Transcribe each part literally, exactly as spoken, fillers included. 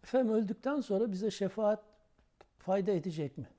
Efendim öldükten sonra bize şefaat fayda edecek mi?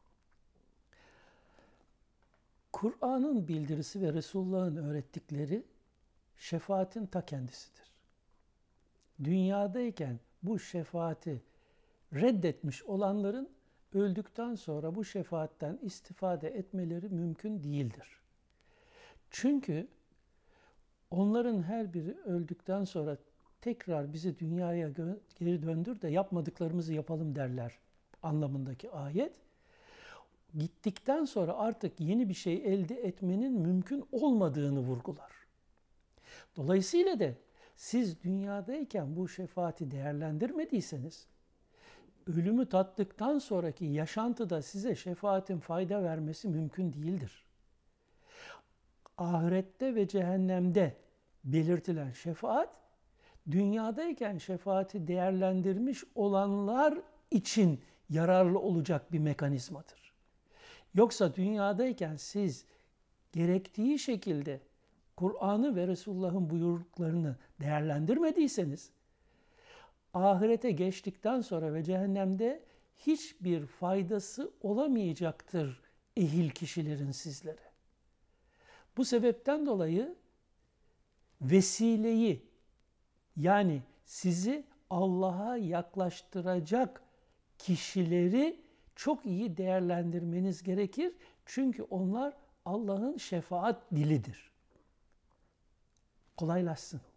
Kur'an'ın bildirisi ve Resulullah'ın öğrettikleri şefaatin ta kendisidir. Dünyadayken bu şefaati reddetmiş olanların öldükten sonra bu şefaatten istifade etmeleri mümkün değildir. Çünkü onların her biri öldükten sonra tekrar bizi dünyaya geri döndür de yapmadıklarımızı yapalım derler anlamındaki ayet. Gittikten sonra artık yeni bir şey elde etmenin mümkün olmadığını vurgular. Dolayısıyla da siz dünyadayken bu şefaati değerlendirmediyseniz, ölümü tattıktan sonraki yaşantıda size şefaatin fayda vermesi mümkün değildir. Ahirette ve cehennemde belirtilen şefaat, dünyadayken şefaati değerlendirmiş olanlar için yararlı olacak bir mekanizmadır. Yoksa dünyadayken siz gerektiği şekilde Kur'an'ı ve Resulullah'ın buyurduklarını değerlendirmediyseniz, ahirete geçtikten sonra ve cehennemde hiçbir faydası olamayacaktır ehil kişilerin sizlere. Bu sebepten dolayı vesileyi, yani sizi Allah'a yaklaştıracak kişileri çok iyi değerlendirmeniz gerekir. Çünkü onlar Allah'ın şefaat dilidir. Kolaylaşsın.